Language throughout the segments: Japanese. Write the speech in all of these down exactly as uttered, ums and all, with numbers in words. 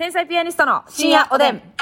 天才ピアニストの深夜おでん。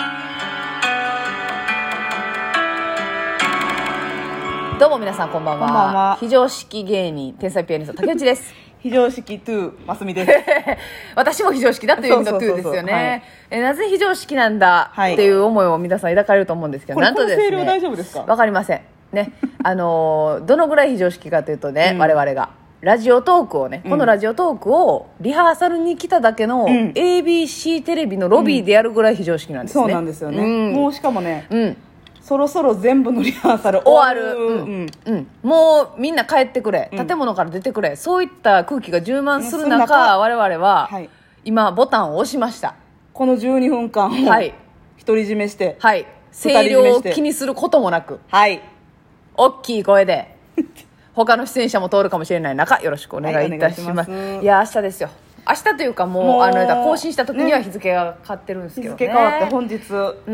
どうも皆さんこんばんは。 こんばんは。 非常識芸人天才ピアニスト竹内です。 非常識トゥーますみです。 私も非常識だという意味のトゥーですよね。はい、えなぜ非常識なんだっていう思いを皆さん抱かれると思うんですけど、 なんとですね、この声量大丈夫ですか？ わかりませんね。あのどのぐらい非常識かというとね、うん、我々がラジオトークをね、このラジオトークをリハーサルに来ただけの エービーシー テレビのロビーでやるぐらい非常識なんですね。 そうなんですよね。うん、もうしかもね、 うん、 そろそろ全部のリハーサル終わる。 終わる。うんうん、もうみんな帰ってくれ、建物から出てくれ、そういった空気が充満する中、我々は、はい、今ボタンを押しました。 このじゅうにふんかんを、はい、独り占めして、 はい、声量を気にすることもなく、 はい、 大きい声で他の出演者も通るかもしれない中、よろしくお願いいたします。はい、い, いや明日ですよ。明日というかもう、もうあの更新した時には日付が変わってるんですけどね。 日付変わって本日、うん、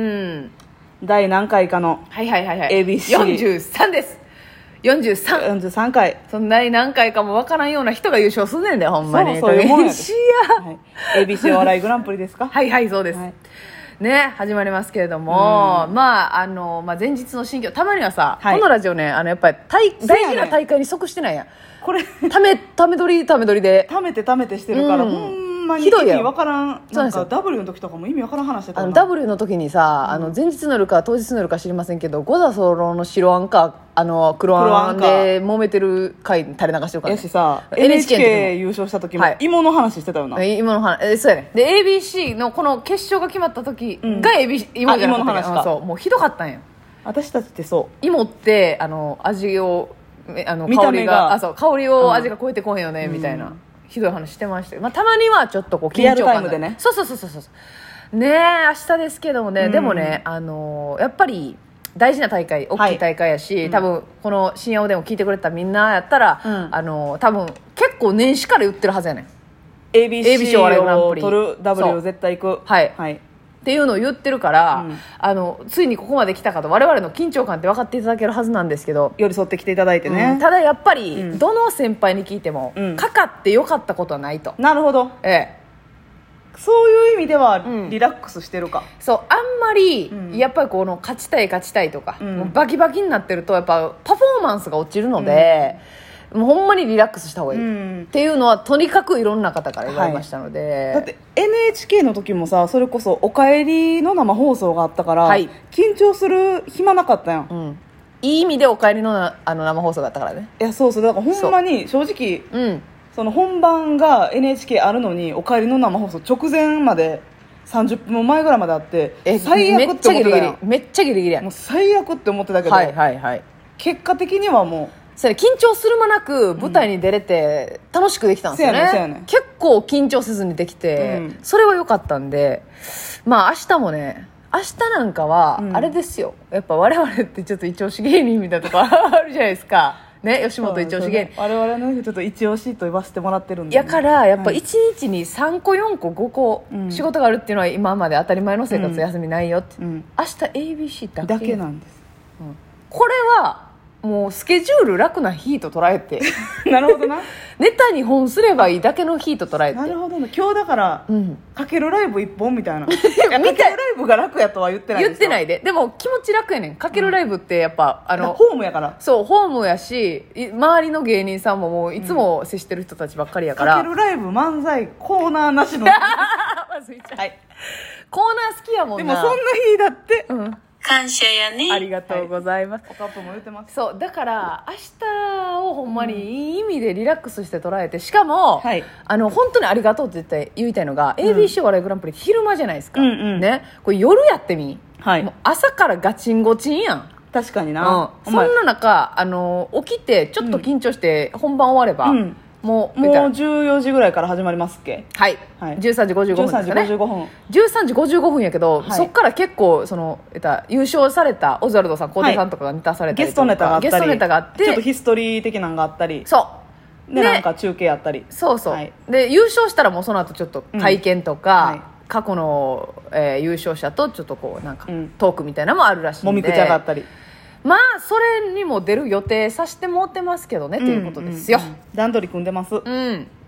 第何回かの エービーシーよんじゅうさんです。よんじゅうさん、 よんじゅうさんかい。 そんなに何回かもわからんような人が優勝すんねんで、ほんまに。 そうそういうもんやで。 はい、 エービーシー お笑いグランプリですか？ はいはいそうです、はい、ね、始まりますけれども、まああの、まあ、前日の新居たまにはさ、はい、このラジオね、あのやっぱり大事な大会に即してないやん。これためため取りため取りでためてためてしてるから、うん、ほんまに意味わからん。なんか W の時とかも意味わからん話してたな。 あの W の時にさ、うん、あの前日の夜か当日の夜か知りませんけど、五座候の白あんかあの黒あんで揉めてる回垂れ流してるから、ね、 やしさ エヌエイチケー 優勝した時も芋の話してたよな、 はい、芋の話。えそうやね。で エービーシー のこの決勝が決まった時が エービーシー、うん、芋じゃなかったっけ？芋の話か。そう、もうひどかったんよ。 私たちってそう芋ってあの味をあの香りがあそう香りを味が超えてこへんよね、うん、みたいなひどい話してました。まあ、たまにはちょっとこう緊張感リアルタイムでね。 そうそうそうそうそうねえ明日ですけどもね、うん、でもねあのやっぱり大事な大会大きい大会やし、はい、多分この深夜おでんを聞いてくれたみんなやったら、うん、あの多分結構年始から言ってるはずやねん。 エービーシー を取る W 絶対行く、 はい、はいっていうのを言ってるから、うん、あのついにここまで来たかと我々の緊張感って分かっていただけるはずなんですけど、 寄り添ってきていただいてね、 うん、ただやっぱり、うん、どの先輩に聞いても、うん、かかってよかったことはないと。 なるほど、 ええ、 そういう意味ではリラックスしてるか、 うん、そうあんまり、うん、やっぱりこの勝ちたい勝ちたいとか、うん、もうバキバキになってるとやっぱパフォーマンスが落ちるので、うん、もうほんまにリラックスした方がいい、うん、っていうのはとにかくいろんな方から言われましたので、 はい、だって エヌエイチケー の時もさ、それこそお帰りの生放送があったから、はい、緊張する暇なかったやん、うん、 いい意味でお帰りのあの生放送だったからね。 いやそうそう、だからほんまに正直、うん、その本番が エヌエイチケー あるのにお帰りの生放送直前までさんじゅっぷんも前ぐらいまであって、え最悪って思ってたよ。 めっちゃギリギリやん。 もう最悪って思ってたけど、 はいはいはい、 結果的にはもうそれ緊張する間なく舞台に出れて楽しくできたんですよね、うん、ね結構緊張せずにできて、うん、それは良かったんで、まあ明日もね、明日なんかはあれですよ、うん、やっぱ我々ってちょっと一押し芸人みたいなとこあるじゃないですかね、吉本一押し芸人、 我々のちょっと一押しと言わせてもらってるんで、 ね、やからやっぱいちにちにさんこよんこごこ仕事があるっていうのは今まで当たり前の生活、休みないよって、うん、明日 エービーシー だけだけなんです、 うん、これはもうスケジュール楽な日と捉えてなるほどなネタに本すればいいだけの日と捉えて、 なるほどな。今日だから、うん、かけるライブ一本みたいなかけるライブが楽やとは言ってないですよ。 言ってないで、でも気持ち楽やねん。かけるライブってやっぱ、うん、あのホームやから、 そうホームやし、周りの芸人さんももういつも接してる人たちばっかりやから、 かけるライブ漫才コーナーなしのまずいちゃう、はい、コーナー好きやもんな。 でもそんな日だって、 うん感謝やね。 ありがとうございます、 はい、おカップも言ってます。 そうだから明日をほんまにいい意味でリラックスして捉えて、しかも、はい、あの本当にありがとうって絶対言いたいのが、うん、エービーシー お笑いグランプリ昼間じゃないですか、うんうん、ね、これ夜やってみ、はい、もう朝からガチンゴチンやん。 確かにな、 うん、そんな中あの起きてちょっと緊張して本番終われば、うんもうもうじゅうよじぐらいから始まりますっけ。 はい、はい、じゅうさんじごじゅうごふんですかね。 じゅうさんじごじゅうごふんじゅうさんじごじゅうごふんやけど、はい、そっから結構そのえた優勝されたオズワルドさん、コーデさんとかがネタされたりとか、 ゲストネタがあったり、 ゲストネタがあってちょっとヒストリー的なのがあったり、 そうでなんか中継あったり、 そうそう、はい、で優勝したらもうその後ちょっと会見とか、うんはい、過去の、えー、優勝者とちょっとこうなんか、うん、トークみたいなのもあるらしいんで、 もみくちゃがあったり、 まあそれにも出る予定させてもらってますけどね、うん、ということですよ、 うんうん、段取り組んでます。 うん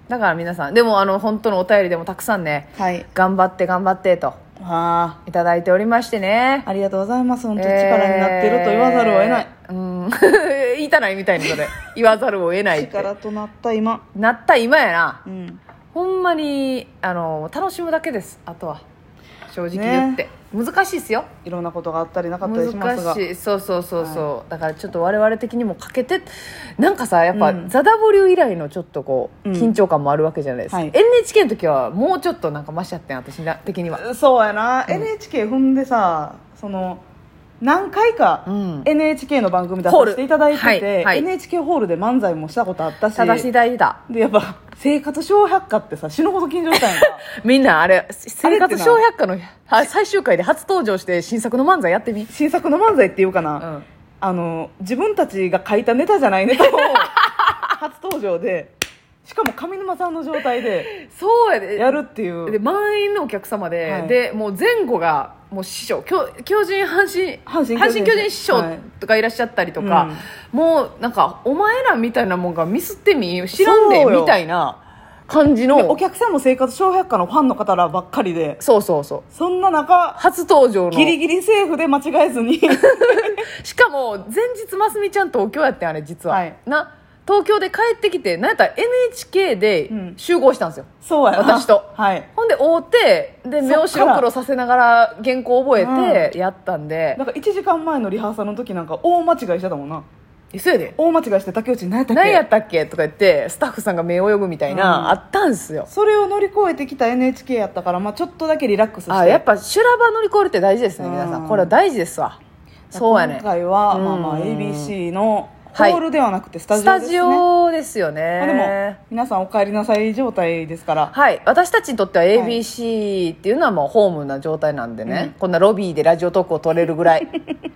だから皆さんでもあの本当のお便りでもたくさんね、 はい、 頑張って頑張ってとあいただいておりましてね。 ありがとうございます。本当力になってると言わざるを得ない、 えー、うん言いたないみたいにそれ言わざるを得ないって力となった今なった今やな、 うん、 ほんまにあの楽しむだけです。あとは正直言って、ね、難しいですよ。 いろんなことがあったりなかったりしますが、 難しい。そうそうそうそう、はい、だからちょっと我々的にもかけてなんかさやっぱ、うん、ザ・ W 以来のちょっとこう、うん、緊張感もあるわけじゃないですか、はい、エヌエイチケー の時はもうちょっとなんかマシやってん私的には。 そうやな、うん、エヌエイチケー 踏んでさその何回か エヌエイチケー の番組出させていただいてて、はいはい、エヌエイチケー ホールで漫才もしたことあったし、 正しい大事だ。 でやっぱ生活笑百科ってさ死ぬほど緊張したんやみんなあれ生活笑百科の最終回で初登場して新作の漫才やってみ。 新作の漫才っていうかな、うん、あの自分たちが書いたネタじゃないネタを初登場でしかも上沼さんの状態でそうやでやるっていうで満員のお客様で、はい、でもう前後がもう師匠巨巨人阪神阪神巨人師匠とかいらっしゃったりとか、はい、もうなんかお前らみたいなもんがミスってみ知らんでみたいな感じのお客さんも生活笑百科のファンの方らばっかりでそうそうそうそんな中初登場のギリギリセーフで間違えずにしかも前日ますみちゃん東京やってんあれ実は、はい、な東京で帰ってきてなんやったら エヌエイチケー で集合したんですよ、うん、 そうやな私と、 はい、 ほんで会うてで目を白黒させながら原稿覚えてやったんで、 うん、なんかいちじかんまえのリハーサルの時なんか大間違いしてたもんな。 そうやで大間違いして竹内に何やったっけ何やったっけとか言ってスタッフさんが目泳ぐみたいな、うん、あったんですよ。 それを乗り越えてきた エヌエイチケー やったから、まあ、ちょっとだけリラックスして。 あやっぱ修羅場乗り越えるって大事ですね、うん、皆さんこれは大事ですわ。そうやね。 今回は、うん、まあまあ エービーシー のホールではなくてスタジオですね、はい、スタジオですよね、 まあ、でも皆さんお帰りなさい状態ですから、 はい、私たちにとっては エービーシー っていうのはもうホームな状態なんでね、うん、こんなロビーでラジオトークを撮れるぐらいう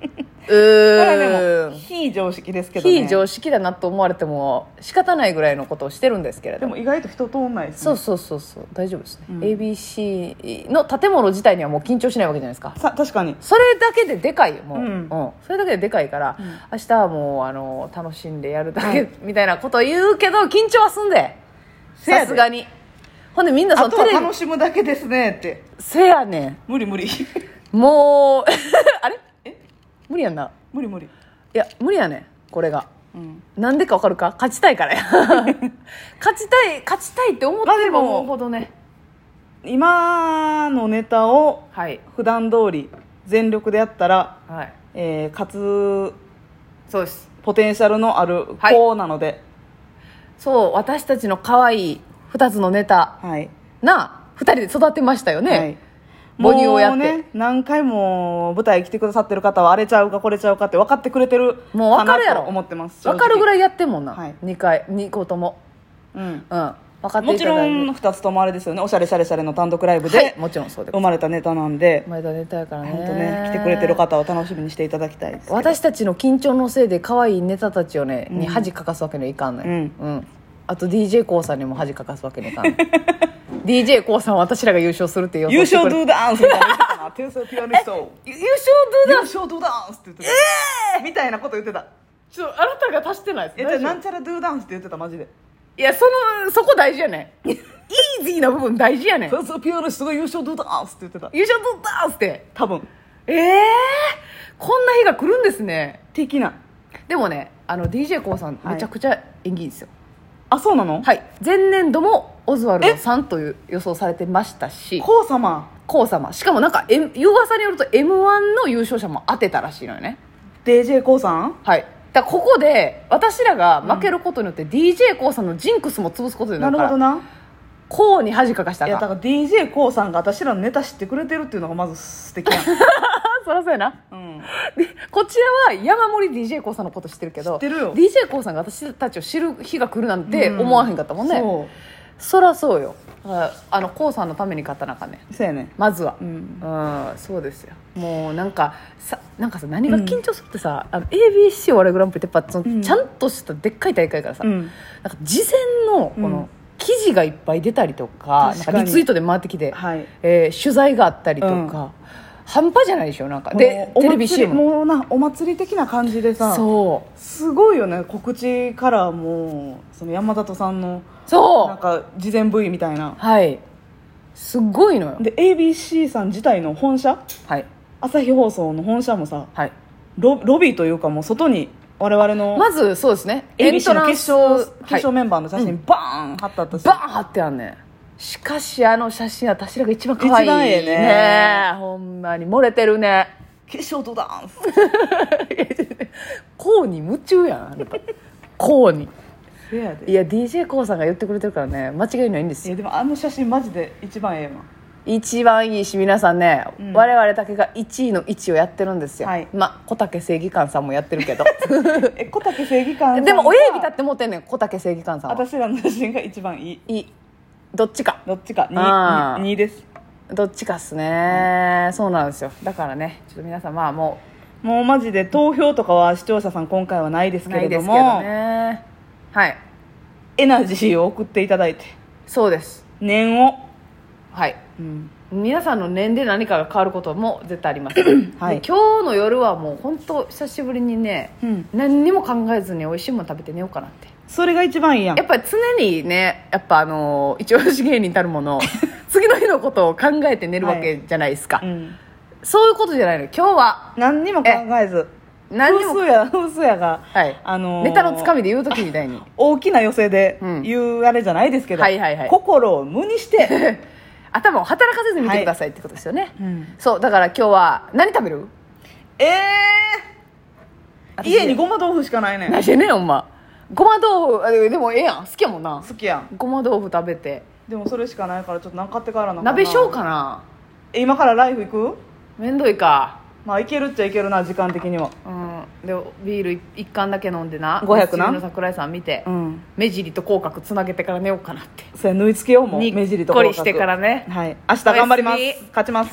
ーん非常識ですけどね。 非常識だなと思われても仕方ないぐらいのことをしてるんですけれどでも意外と人通んないですね。 そうそうそうそう大丈夫ですね、うん、エービーシー の建物自体にはもう緊張しないわけじゃないですか。 さ確かにそれだけででかいよもう、うんうん、それだけででかいから、うん、明日はもうあの楽しんでやるだけ、はい、みたいなことを言うけど緊張はすんでさすがに。ほんでみんなそのテレビあとは楽しむだけですねってせやねん無理無理もうあれえ無理やんな。 無理無理いや無理やねんこれが、うん、なんでか分かるか。勝ちたいからや勝ちたい勝ちたいって思ってれば思うほどね、 今のネタを普段通り全力でやったら、はいえー、勝つそうですポテンシャルのある子なので、はい、 そう私たちの可愛いふたつのネタ、はい、なふたりで育てましたよね、はい母乳をやってもうね何回も舞台来てくださってる方はあれちゃうかこれちゃうかって分かってくれてるかなと思ってます。 分かるぐらいやってんもんな、はい、にかいに個ともうん、うん、分かっていただいてもちろんふたつともあれですよねおしゃれしゃれしゃれの単独ライブで、はい、 もちろんそうで生まれたネタなんで生まれたネタやからね本当ね来てくれてる方を楽しみにしていただきたいですけど私たちの緊張のせいで可愛いネタたちをね、うん、に恥かかすわけにはいかんのよ、うんうん、あと ディージェー コウさんにも恥かかすわけにはいかんのディージェー コウさんは私らが優勝するって予想してくれ優勝ドゥダンスみたいな言ってたな天才ピアニスト優勝ドゥダンス優勝ドゥダンスって言ってた、えー、みたいなこと言ってた。 ちょっとあなたが足してないです。 えじゃあなんちゃらドゥダンスって言ってたマジで。 いやそのそこ大事やねんイージーな部分大事やねん天才ピアニストが優勝ドゥダンスって言ってた。 優勝ドゥダンスって多分ええー、こんな日が来るんですね的な。 でもねあの ディージェー コウさんめちゃくちゃ演技いいですよ、 はい、あそうなの。 はい前年度もオズワルドさんという予想されてましたしコウ様コウ様しかもなんか、M、噂によると エムワン の優勝者も当てたらしいのよねディージェー コウさん。 はいだからここで私らが負けることによって、うん、ディージェー コウさんのジンクスも潰すことになるから。なるほどな。コウに恥かかしたか。 いやだから ディージェー コウさんが私らのネタ知ってくれてるっていうのがまず素敵やんそりゃそうやな、うん、でこちらは山盛り ディージェー コウさんのこと知ってるけど知ってるよディージェー コウさんが私たちを知る日が来るなんて思わへんかったもんね、うん、そうそりゃそうよ。あのコウさんのために勝ったなあかんね。 そうやねまずは、うん、うんそうですよ。もうなんかさなんかさ何が緊張するってさ、うん、あの エービーシー お笑いグランプリってやっぱその、うん、ちゃんとしたでっかい大会からさ、うん、なんか事前のこの、うん記事がいっぱい出たりとか、なんかリツイートで回ってきて、はいえー、取材があったりとか、うん、 半端じゃないでしょなんかでテレビ シーエムもうなお祭り的な感じでさ、 そうすごいよね。告知からもうその山里さんのそうなんか事前 ブイみたいな、 はいすごいのよ。 で エービーシー さん自体の本社、 はい、 朝日放送の本社もさ、 はい、 ロ, ロビーというかもう外に我々のまずそうですねエービーシー の決勝、決勝はい、 メンバーの写真、うん、バーン貼ってあったし、 バーン貼ってあんねん。しかしあの写真は私らが一番可愛い一番ええねね。ほんまに漏れてるね。 決勝とダンスこうに夢中やんあなたこうにいやでいや ディージェー コウさんが言ってくれてるからね間違いないんですよ。 いやでもあの写真マジで一番ええわ。 一番いいし皆さんね、うん、我々だけがいちいの位置をやってるんですよ、はい、まあ小竹正義感さんもやってるけどえ小竹正義感さんでも親指立って持ってんねん小竹正義感さんは。 私らの写真が一番いい。 いいどっちかどっちか に, にです。 どっちかっすね、うん、そうなんですよ。だからねちょっと皆さんまあもうもうマジで投票とかは視聴者さん今回はないですけれども、 ないですけどね、はいエナジーを送っていただいて。 そうです。 念をはい、うん、皆さんの念で何かが変わることも絶対あります、はい、で今日の夜はもう本当久しぶりにね、うん、何にも考えずに美味しいもの食べて寝ようかなって。 それが一番いいやん。 やっぱり常にねやっぱあの一押し芸人たるもの次の日のことを考えて寝るわけじゃないですか、はい、うん、そういうことじゃないの今日は何にも考えず何にも風や風やが、 はい、あのー、ネタのつかみで言う時みたいに大きな寄せで言うあれじゃないですけど、うん、はいはいはい、心を無にして頭を働かせず見てくださいってことですよね、はい、うん、そうだから今日は何食べる？ えー、家にごま豆腐しかないねん。 何してんねんほんま。ごま豆腐でもええやん好きやもんな。 好きやん。 ごま豆腐食べてでもそれしかないからちょっと何買って帰らなかな。 鍋しようかな。 今からライフ行く？ めんどいか。 まあいけるっちゃいけるな時間的には。 うんでビール一缶だけ飲んでなごひゃくなの桜井さん見て、うん、目尻と口角つなげてから寝ようかなって。 それ縫い付けようもう目尻と口角にっこりしてからね。 はい明日頑張ります。勝ちます。